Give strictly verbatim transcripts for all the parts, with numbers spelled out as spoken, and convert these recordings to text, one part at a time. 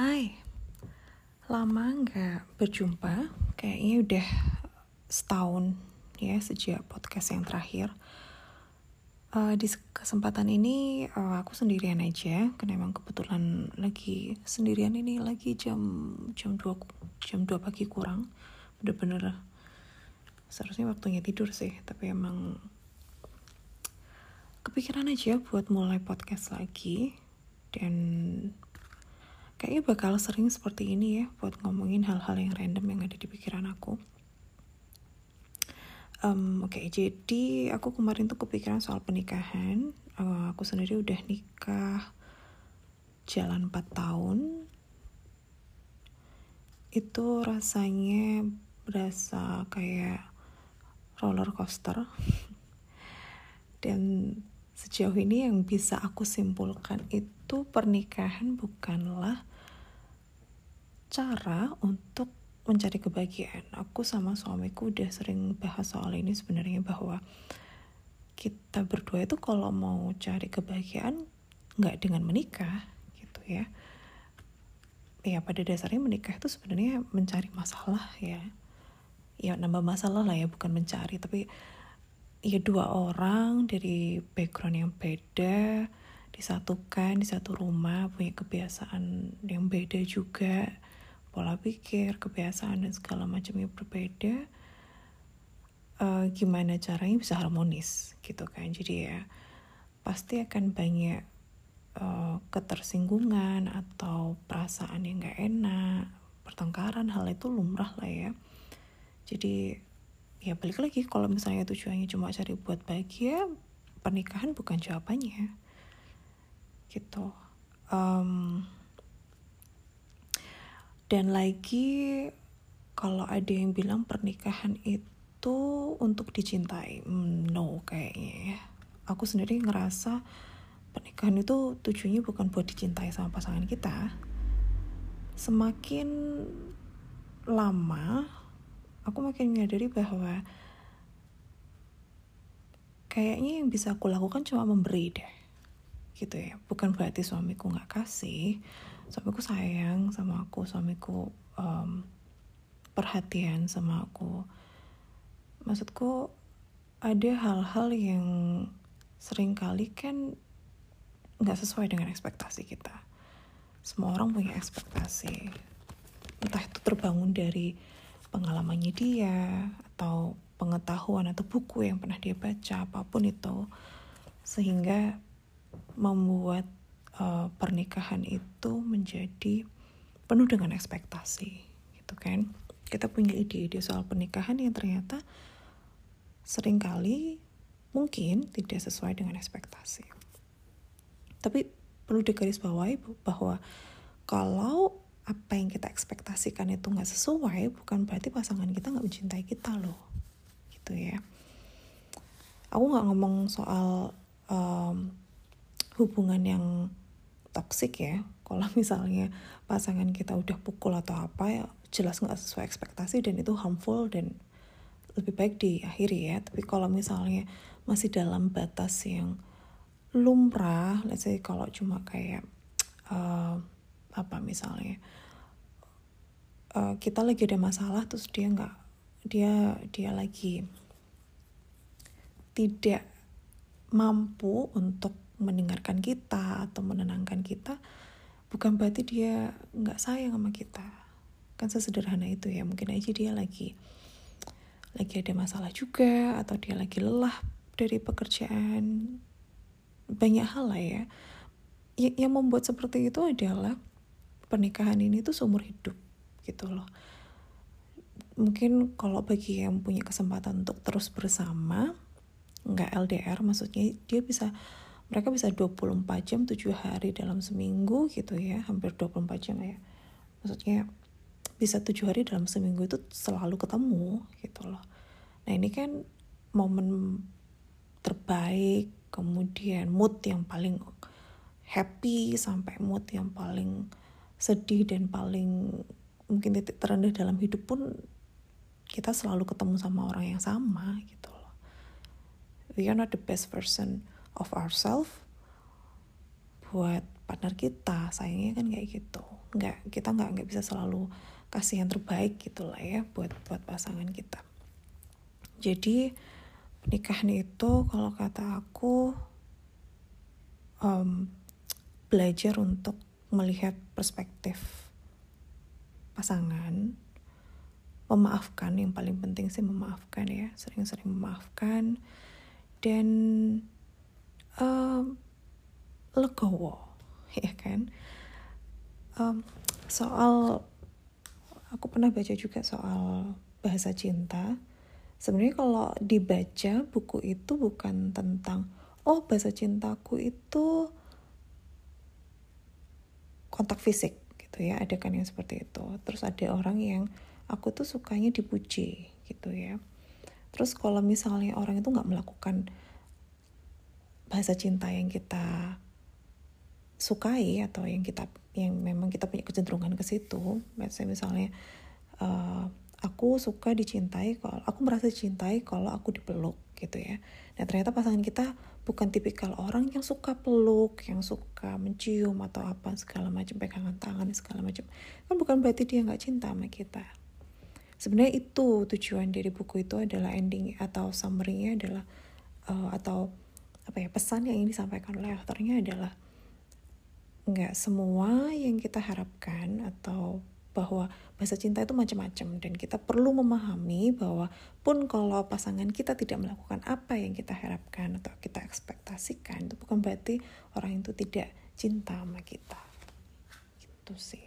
Hai, lama nggak berjumpa, kayaknya udah setahun ya sejak podcast yang terakhir. Uh, di kesempatan ini uh, aku sendirian aja, karena emang kebetulan lagi sendirian ini lagi jam jam dua jam dua pagi kurang, bener-bener seharusnya waktunya tidur sih, tapi emang kepikiran aja buat mulai podcast lagi dan kayaknya bakal sering seperti ini ya, buat ngomongin hal-hal yang random yang ada di pikiran aku. Um, Oke, okay, jadi aku kemarin tuh kepikiran soal pernikahan. Uh, aku sendiri udah nikah jalan empat tahun. Itu rasanya berasa kayak roller coaster. Dan sejauh ini yang bisa aku simpulkan itu pernikahan bukanlah cara untuk mencari kebahagiaan. Aku sama suamiku udah sering bahas soal ini sebenarnya, bahwa kita berdua itu kalau mau cari kebahagiaan nggak dengan menikah gitu ya. Ya pada dasarnya menikah itu sebenarnya mencari masalah ya. Ya nambah masalah lah ya, bukan mencari, tapi ya dua orang dari background yang beda disatukan di satu rumah, punya kebiasaan yang beda juga, pola pikir, kebiasaan dan segala macamnya berbeda. Uh, gimana caranya bisa harmonis gitu kan. Jadi ya pasti akan banyak uh, ketersinggungan atau perasaan yang gak enak, pertengkaran, hal itu lumrah lah ya. Jadi ya balik lagi, kalau misalnya tujuannya cuma cari buat bahagia, pernikahan bukan jawabannya gitu. um, Dan lagi, kalau ada yang bilang pernikahan itu untuk dicintai, hmm, no kayaknya ya. Aku sendiri ngerasa pernikahan itu tujuannya bukan buat dicintai sama pasangan kita. Semakin lama, aku makin menyadari bahwa kayaknya yang bisa aku lakukan cuma memberi deh, gitu ya. Bukan berarti suamiku gak kasih. Suamiku sayang sama aku, suamiku um, perhatian sama aku. Maksudku ada hal-hal yang seringkali kan gak sesuai dengan ekspektasi kita. Semua orang punya ekspektasi, entah itu terbangun dari pengalamannya dia, atau pengetahuan atau buku yang pernah dia baca, apapun itu, sehingga membuat uh, pernikahan itu menjadi penuh dengan ekspektasi gitu kan. Kita punya ide-ide soal pernikahan yang ternyata seringkali mungkin tidak sesuai dengan ekspektasi. Tapi perlu digarisbawahi bahwa kalau apa yang kita ekspektasikan itu gak sesuai, bukan berarti pasangan kita gak mencintai kita loh, gitu ya. Aku gak ngomong soal um, hubungan yang toksik ya. Kalau misalnya pasangan kita udah pukul atau apa, ya jelas gak sesuai ekspektasi dan itu harmful dan lebih baik diakhiri ya. Tapi kalau misalnya masih dalam batas yang lumrah, let's say kalau cuma kayak uh, apa misalnya uh, kita lagi ada masalah, terus dia nggak dia dia lagi tidak mampu untuk mendengarkan kita atau menenangkan kita, bukan berarti dia nggak sayang sama kita. Kan sesederhana itu ya. Mungkin aja dia lagi lagi ada masalah juga, atau dia lagi lelah dari pekerjaan, banyak hal lah ya. Y- yang membuat seperti itu adalah pernikahan ini tuh seumur hidup gitu loh. Mungkin kalau bagi yang punya kesempatan untuk terus bersama, nggak L D R, maksudnya dia bisa mereka bisa dua puluh empat jam, tujuh hari dalam seminggu gitu ya, hampir dua puluh empat jam ya. Maksudnya bisa tujuh hari dalam seminggu itu selalu ketemu gitu loh. Nah ini kan momen terbaik, kemudian mood yang paling happy sampai mood yang paling sedih dan paling mungkin titik terendah dalam hidup pun kita selalu ketemu sama orang yang sama gitu loh. We are not the best version of ourselves buat partner kita, sayangnya kan kayak gitu. nggak kita nggak nggak bisa selalu kasih yang terbaik gitulah ya buat buat pasangan kita. Jadi pernikahan itu kalau kata aku um, belajar untuk melihat perspektif pasangan, memaafkan, yang paling penting sih memaafkan ya, sering-sering memaafkan, dan um, legowo, ya kan. Um, soal, aku pernah baca juga soal bahasa cinta. Sebenarnya kalau dibaca buku itu bukan tentang, oh bahasa cintaku itu kontak fisik gitu ya, ada kan yang seperti itu. Terus ada orang yang aku tuh sukanya dipuji gitu ya. Terus kalau misalnya orang itu nggak melakukan bahasa cinta yang kita sukai atau yang kita yang memang kita punya kecenderungan ke situ, misalnya uh, aku suka dicintai kalau aku merasa dicintai kalau aku dipeluk gitu ya. Nah ternyata pasangan kita bukan tipikal orang yang suka peluk, yang suka mencium atau apa segala macam, pegangan tangan segala macam. Kan bukan berarti dia nggak cinta sama kita. Sebenarnya itu tujuan dari buku itu adalah ending atau summary-nya adalah uh, atau apa ya pesan yang ingin disampaikan oleh authornya adalah nggak semua yang kita harapkan atau bahwa bahasa cinta itu macam-macam, dan kita perlu memahami bahwa pun kalau pasangan kita tidak melakukan apa yang kita harapkan atau kita ekspektasikan, itu bukan berarti orang itu tidak cinta sama kita. Gitu sih.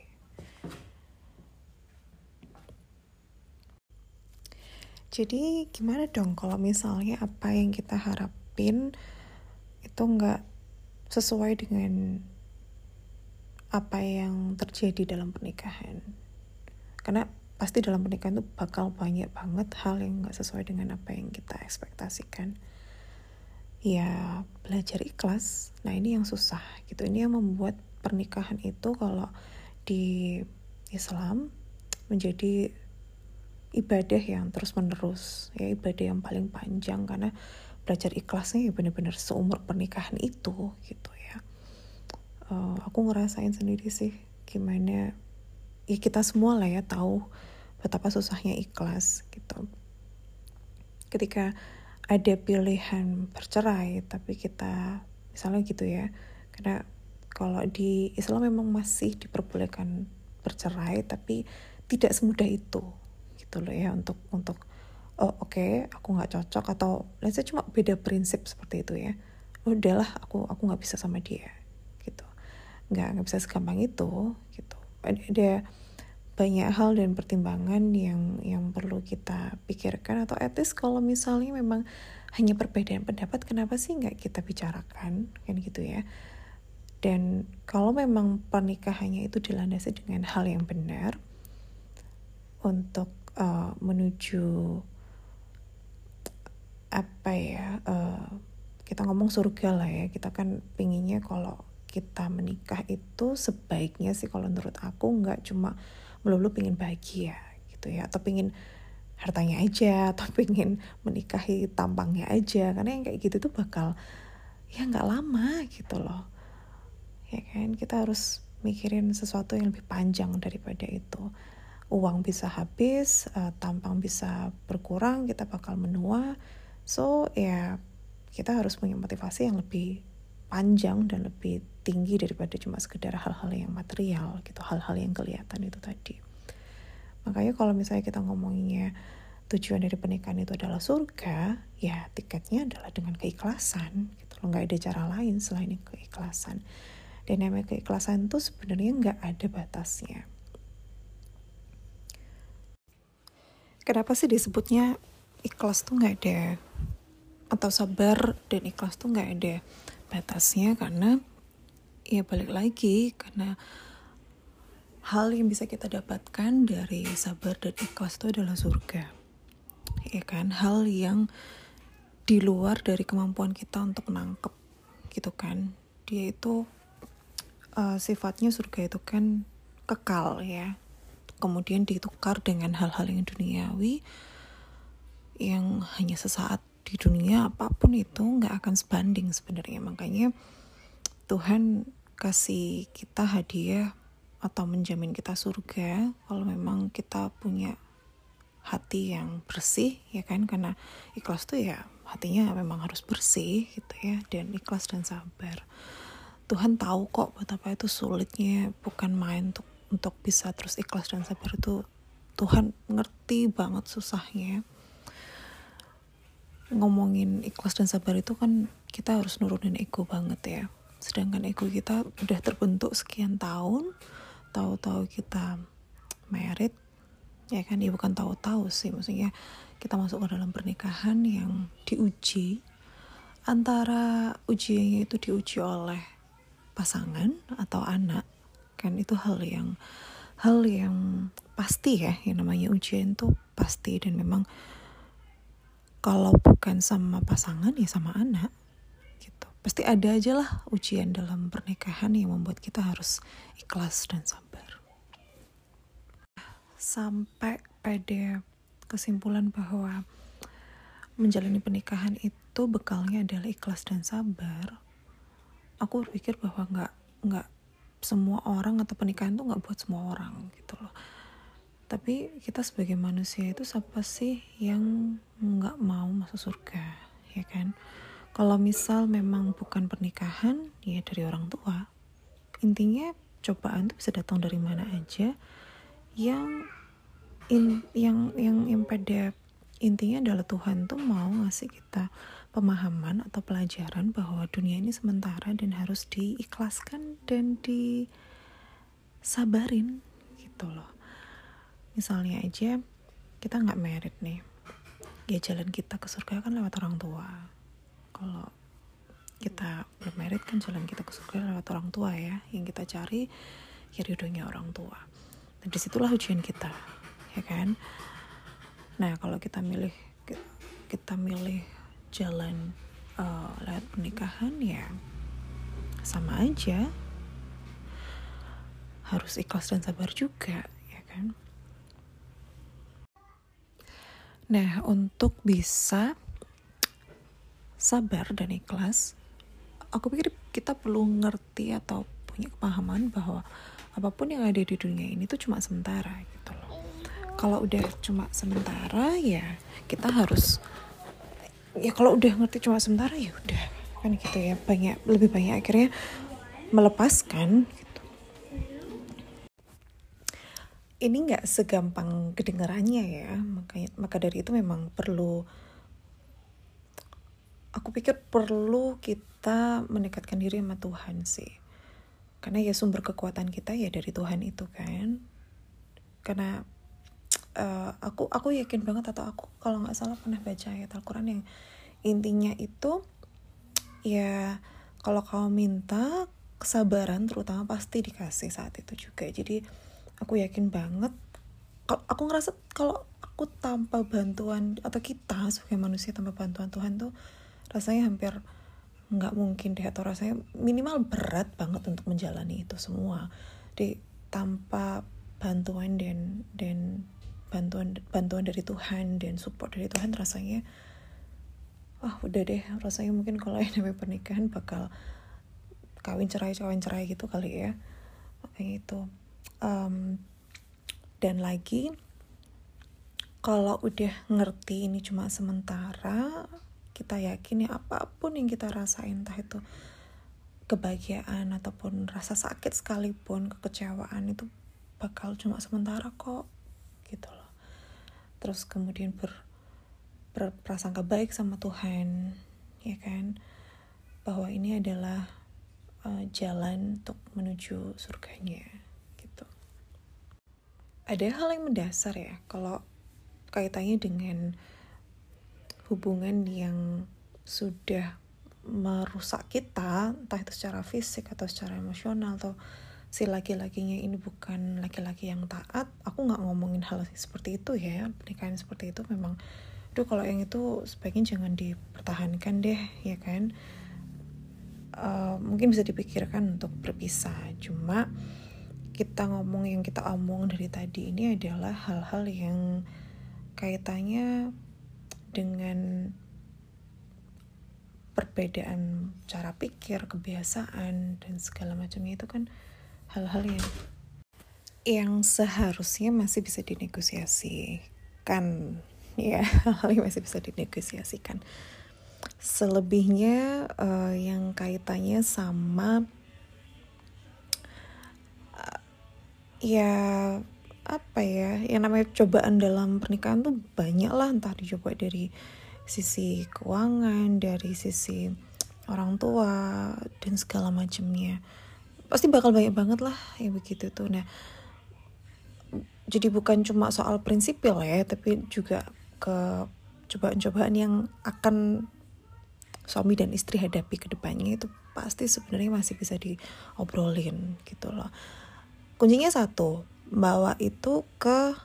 Jadi gimana dong kalau misalnya apa yang kita harapin itu nggak sesuai dengan apa yang terjadi dalam pernikahan. Karena pasti dalam pernikahan itu bakal banyak banget hal yang gak sesuai dengan apa yang kita ekspektasikan. Ya belajar ikhlas. Nah ini yang susah gitu. Ini yang membuat pernikahan itu kalau di Islam menjadi ibadah yang terus menerus, ya ibadah yang paling panjang, karena belajar ikhlasnya ya benar-benar seumur pernikahan itu gitu ya. Uh, aku ngerasain sendiri sih gimana, ya kita semua lah ya tahu betapa susahnya ikhlas gitu. Ketika ada pilihan bercerai tapi kita misalnya gitu ya, karena kalau di Islam memang masih diperbolehkan bercerai tapi tidak semudah itu gitu loh ya, untuk untuk oh oke okay, aku nggak cocok atau let's say cuma beda prinsip seperti itu ya, udahlah aku aku nggak bisa sama dia gitu. Nggak, nggak bisa segampang itu gitu. Ada banyak hal dan pertimbangan yang yang perlu kita pikirkan, atau at least kalau misalnya memang hanya perbedaan pendapat, kenapa sih nggak kita bicarakan kan gitu ya. Dan kalau memang pernikahannya itu dilandasi dengan hal yang benar untuk uh, menuju apa ya, uh, kita ngomong surga lah ya, kita kan pinginnya kalau kita menikah itu sebaiknya sih kalau menurut aku nggak cuma melulu pengen bahagia gitu ya, atau pengen hartanya aja, atau pengen menikahi tampangnya aja, karena yang kayak gitu tuh bakal ya nggak lama gitu loh ya kan. Kita harus mikirin sesuatu yang lebih panjang daripada itu. Uang bisa habis, uh, tampang bisa berkurang, kita bakal menua, so ya kita harus punya motivasi yang lebih panjang dan lebih tinggi daripada cuma sekedar hal-hal yang material gitu, hal-hal yang kelihatan itu tadi. Makanya kalau misalnya kita ngomongnya tujuan dari pernikahan itu adalah surga, ya tiketnya adalah dengan keikhlasan gitu loh, nggak ada cara lain selain keikhlasan. Dan namanya keikhlasan itu sebenarnya nggak ada batasnya. Kenapa sih disebutnya ikhlas tuh nggak ada, atau sabar dan ikhlas tuh nggak ada batasnya? Karena ya balik lagi, karena hal yang bisa kita dapatkan dari sabar dan ikhlas itu adalah surga, ya kan. Hal yang di luar dari kemampuan kita untuk nangkep gitu kan. Dia itu uh, sifatnya surga itu kan kekal ya, kemudian ditukar dengan hal-hal yang duniawi yang hanya sesaat di dunia, apapun itu nggak akan sebanding sebenarnya. Makanya Tuhan kasih kita hadiah atau menjamin kita surga kalau memang kita punya hati yang bersih, ya kan? Karena ikhlas tuh ya hatinya memang harus bersih gitu ya, dan ikhlas dan sabar. Tuhan tahu kok betapa itu sulitnya, bukan main untuk untuk bisa terus ikhlas dan sabar itu. Tuhan ngerti banget susahnya. Ngomongin ikhlas dan sabar itu kan kita harus nurunin ego banget ya. Sedangkan ego kita udah terbentuk sekian tahun, tahu-tahu kita married, ya kan, ya bukan tahu-tahu sih, maksudnya kita masuk ke dalam pernikahan yang diuji, antara ujiannya itu diuji oleh pasangan atau anak, kan itu hal yang hal yang pasti ya, yang namanya ujian tuh pasti, dan memang kalau bukan sama pasangan ya sama anak gitu. Pasti ada aja lah ujian dalam pernikahan yang membuat kita harus ikhlas dan sabar. Sampai pada kesimpulan bahwa menjalani pernikahan itu bekalnya adalah ikhlas dan sabar. Aku berpikir bahwa nggak nggak semua orang, atau pernikahan tuh nggak buat semua orang gitu loh. Tapi kita sebagai manusia itu siapa sih yang nggak mau masuk surga, ya kan? Kalau misal memang bukan pernikahan, ya dari orang tua. Intinya cobaan itu bisa datang dari mana aja. Yang in, yang yang yang pada intinya adalah Tuhan tuh mau ngasih kita pemahaman atau pelajaran bahwa dunia ini sementara dan harus diikhlaskan dan disabarin gitu loh. Misalnya aja kita nggak married nih, ya jalan kita ke surga kan lewat orang tua. Kalau kita belum married kan jalan kita ke surga lewat orang tua ya, yang kita cari ya ridhonya orang tua. Dan disitulah ujian kita, ya kan? Nah kalau kita milih kita milih jalan uh, lewat pernikahan, ya sama aja, harus ikhlas dan sabar juga, ya kan? Nah untuk bisa sabar dan ikhlas, aku pikir kita perlu ngerti atau punya pemahaman bahwa apapun yang ada di dunia ini tuh cuma sementara gitu loh. Kalau udah cuma sementara ya kita harus, ya kalau udah ngerti cuma sementara ya udah kan gitu ya, banyak lebih banyak akhirnya melepaskan gitu. Ini nggak segampang kedengarannya ya, makanya maka dari itu memang perlu, aku pikir perlu kita mendekatkan diri sama Tuhan sih. Karena ya sumber kekuatan kita ya dari Tuhan itu kan. Karena uh, aku aku yakin banget, atau aku kalau nggak salah pernah baca ayat Al-Quran yang intinya itu ya kalau kau minta kesabaran terutama pasti dikasih saat itu juga. Jadi aku yakin banget, aku ngerasa kalau aku tanpa bantuan, atau kita sebagai manusia tanpa bantuan Tuhan tuh rasanya hampir nggak mungkin deh, atau rasanya minimal berat banget untuk menjalani itu semua. Jadi tanpa bantuan dan dan bantuan bantuan dari Tuhan dan support dari Tuhan, rasanya wah udah deh, rasanya mungkin kalau yang namanya pernikahan bakal kawin cerai kawin cerai gitu kali ya. Makanya itu um, dan lagi kalau udah ngerti ini cuma sementara, kita yakin ya apapun yang kita rasain, entah itu kebahagiaan ataupun rasa sakit sekalipun, kekecewaan, itu bakal cuma sementara kok gitu loh. Terus kemudian ber, berprasangka baik sama Tuhan, ya kan, bahwa ini adalah uh, jalan untuk menuju surganya gitu. Ada hal yang mendasar ya kalau kaitannya dengan hubungan yang sudah merusak kita, entah itu secara fisik atau secara emosional, atau si laki-lakinya ini bukan laki-laki yang taat. Aku nggak ngomongin hal seperti itu ya, pernikahan seperti itu memang, aduh kalau yang itu sebaiknya jangan dipertahankan deh, ya kan. Uh, mungkin bisa dipikirkan untuk berpisah. Cuma kita ngomong yang kita omong dari tadi ini adalah hal-hal yang kaitannya dengan perbedaan cara pikir, kebiasaan, dan segala macamnya. Itu kan hal-hal yang yang seharusnya masih bisa dinegosiasikan, ya hal yang masih bisa dinegosiasikan. Selebihnya uh, yang kaitannya sama uh, ya apa ya, yang namanya cobaan dalam pernikahan tuh banyak lah, entah dicoba dari sisi keuangan, dari sisi orang tua dan segala macamnya. Pasti bakal banyak banget lah ya begitu tuh. Nah, jadi bukan cuma soal prinsipil ya, tapi juga ke cobaan-cobaan yang akan suami dan istri hadapi ke depannya itu pasti sebenarnya masih bisa diobrolin gitu loh. Kuncinya satu, bawa itu ke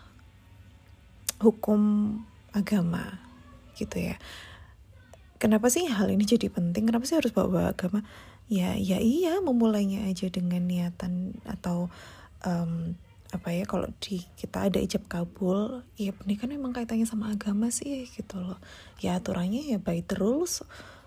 hukum agama gitu ya. Kenapa sih hal ini jadi penting? Kenapa sih harus bawa agama? Ya, ya iya, memulainya aja dengan niatan atau um, apa ya, kalau di kita ada ijab kabul, ya pernikahan memang kaitannya sama agama sih gitu loh. Ya aturannya ya by the rules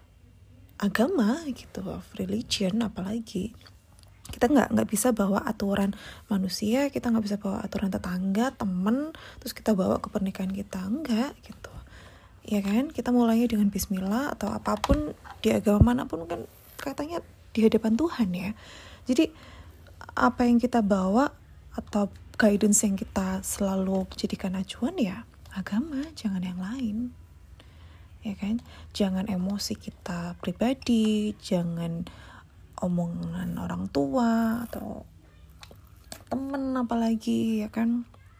agama gitu, of religion. Apalagi kita nggak nggak bisa bawa aturan manusia, kita nggak bisa bawa aturan tetangga, temen, terus kita bawa ke pernikahan kita, enggak gitu. Ya kan, kita mulainya dengan bismillah atau apapun di agama manapun kan katanya di hadapan Tuhan ya. Jadi apa yang kita bawa atau guidance yang kita selalu jadikan acuan ya agama, jangan yang lain. Ya kan, jangan emosi kita pribadi, jangan omongan orang tua atau temen apalagi, ya kan,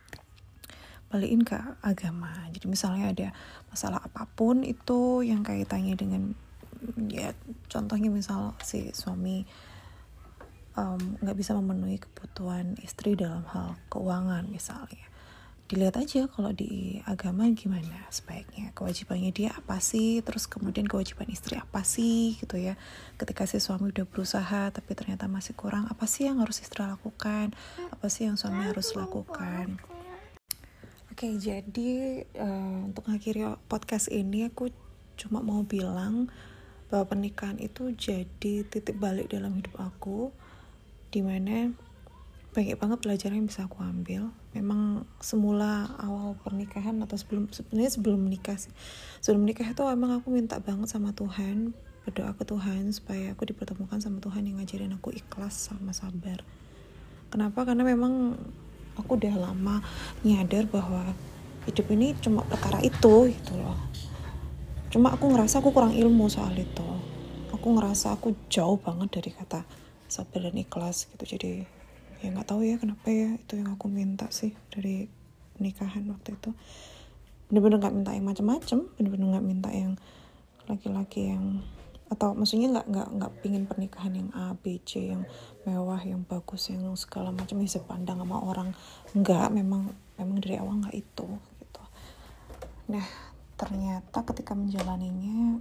balikin ke agama. Jadi misalnya ada masalah apapun itu yang kaitannya dengan, ya contohnya misal si suami nggak um, bisa memenuhi kebutuhan istri dalam hal keuangan misalnya, dilihat aja kalau di agama gimana sebaiknya, kewajibannya dia apa sih, terus kemudian kewajiban istri apa sih gitu ya. Ketika si suami udah berusaha tapi ternyata masih kurang, apa sih yang harus istri lakukan, apa sih yang suami harus lakukan. Oke, jadi uh, untuk mengakhiri podcast ini aku cuma mau bilang bahwa pernikahan itu jadi titik balik dalam hidup aku, dimana banyak banget pelajaran yang bisa aku ambil. Memang semula awal pernikahan atau sebelum sebenarnya sebelum menikah sebelum menikah itu emang aku minta banget sama Tuhan, berdoa ke Tuhan supaya aku dipertemukan sama Tuhan yang ngajarin aku ikhlas sama sabar. Kenapa? Karena memang aku udah lama nyadar bahwa hidup ini cuma perkara itu gitu loh. Cuma aku ngerasa aku kurang ilmu soal itu. Aku ngerasa aku jauh banget dari kata sabar dan ikhlas gitu. Jadi ya nggak tahu ya kenapa ya itu yang aku minta sih dari nikahan waktu itu. Bener-bener nggak minta yang macam-macam, bener-bener nggak minta yang laki-laki yang, atau maksudnya nggak nggak nggak pingin pernikahan yang A B C, yang mewah, yang bagus, yang segala macam yang sepandang sama orang. Nggak, memang memang dari awal nggak itu gitu. Nah ternyata ketika menjalaninya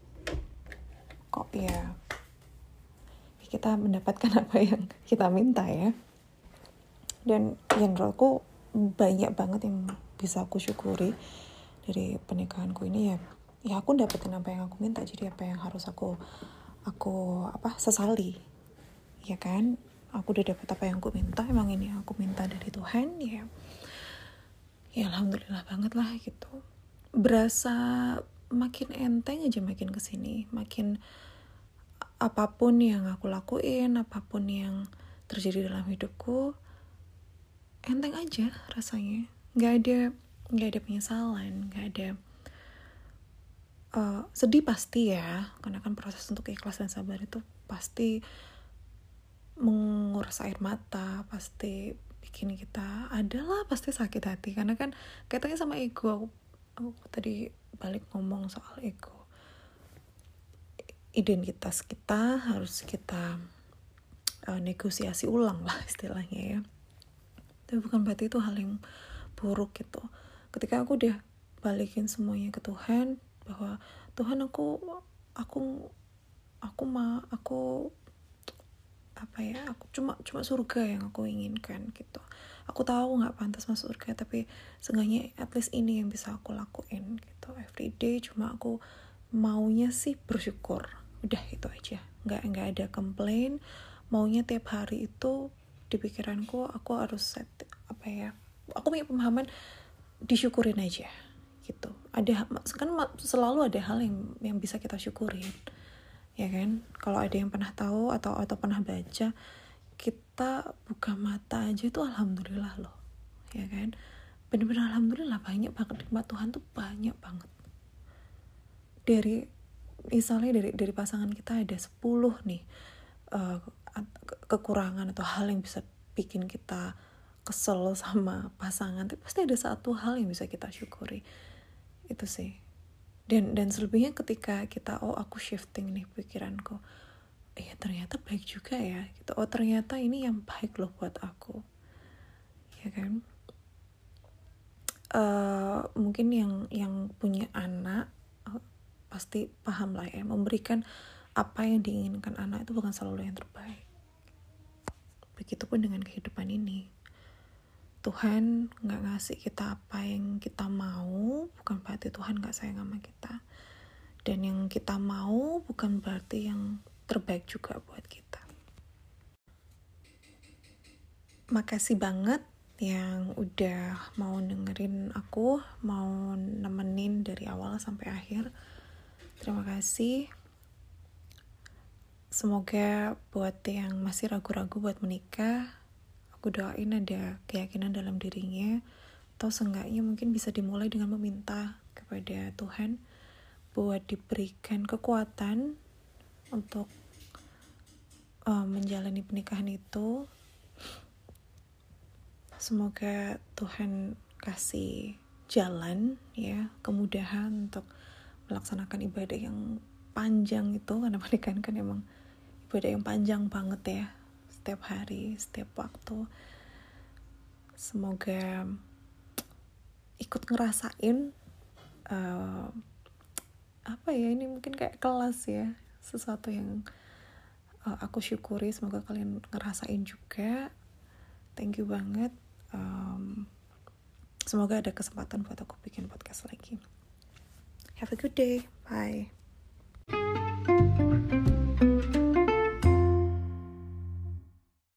kok ya kita mendapatkan apa yang kita minta ya. Dan yang menurutku banyak banget yang bisa aku syukuri dari pernikahanku ini ya. Ya aku dapetin apa yang aku minta, jadi apa yang harus aku aku apa sesali, ya kan? Aku udah dapet apa yang aku minta, emang ini yang aku minta dari Tuhan ya. Ya alhamdulillah banget lah gitu. Berasa makin enteng aja makin kesini, makin apapun yang aku lakuin, apapun yang terjadi dalam hidupku, enteng aja rasanya. Gak ada, gak ada penyesalan, gak ada uh, sedih pasti ya, karena kan proses untuk ikhlas dan sabar itu pasti menguras air mata, pasti bikin kita adalah pasti sakit hati, karena kan kaitannya sama ego. Aku, aku tadi balik ngomong soal ego. Identitas kita harus kita uh, negosiasi ulang lah istilahnya ya. Tapi bukan berarti itu hal yang buruk gitu. Ketika aku udah balikin semuanya ke Tuhan, bahwa Tuhan aku aku aku mah aku apa ya, aku cuma cuma surga yang aku inginkan gitu. Aku tahu nggak pantas masuk surga, tapi seenggaknya at least ini yang bisa aku lakuin gitu. Everyday cuma aku maunya sih bersyukur. Udah itu aja, nggak nggak ada komplain, maunya tiap hari itu di pikiranku aku harus set apa ya, aku punya pemahaman disyukurin aja gitu. Ada kan selalu ada hal yang yang bisa kita syukurin, ya kan? Kalau ada yang pernah tahu atau atau pernah baca, kita buka mata aja itu alhamdulillah loh, ya kan? Bener-bener alhamdulillah, banyak banget nikmat Tuhan tuh, banyak banget. Dari misalnya dari dari pasangan kita ada sepuluh nih uh, kekurangan atau hal yang bisa bikin kita kesel sama pasangan, tapi pasti ada satu hal yang bisa kita syukuri. Itu sih. Dan dan selebihnya ketika kita oh aku shifting nih pikiranku, eh ternyata baik juga ya gitu. Oh ternyata ini yang baik loh buat aku, ya kan? Uh, mungkin yang yang punya anak uh, pasti paham lah ya, memberikan apa yang diinginkan anak itu bukan selalu yang terbaik. Begitupun dengan kehidupan ini. Tuhan gak ngasih kita apa yang kita mau, bukan berarti Tuhan gak sayang sama kita. Dan yang kita mau bukan berarti yang terbaik juga buat kita. Makasih banget yang udah mau dengerin aku, mau nemenin dari awal sampai akhir. Terima kasih. Semoga buat yang masih ragu-ragu buat menikah, aku doain ada keyakinan dalam dirinya, atau seenggaknya mungkin bisa dimulai dengan meminta kepada Tuhan buat diberikan kekuatan untuk uh, menjalani pernikahan itu. Semoga Tuhan kasih jalan ya, kemudahan untuk melaksanakan ibadah yang panjang itu, karena pernikahan kan emang ibadah yang panjang banget ya, setiap hari, setiap waktu. Semoga ikut ngerasain uh, apa ya, ini mungkin kayak kelas ya, sesuatu yang uh, aku syukuri. Semoga kalian ngerasain juga. Thank you banget. Um, semoga ada kesempatan buat aku bikin podcast lagi. Have a good day. Bye.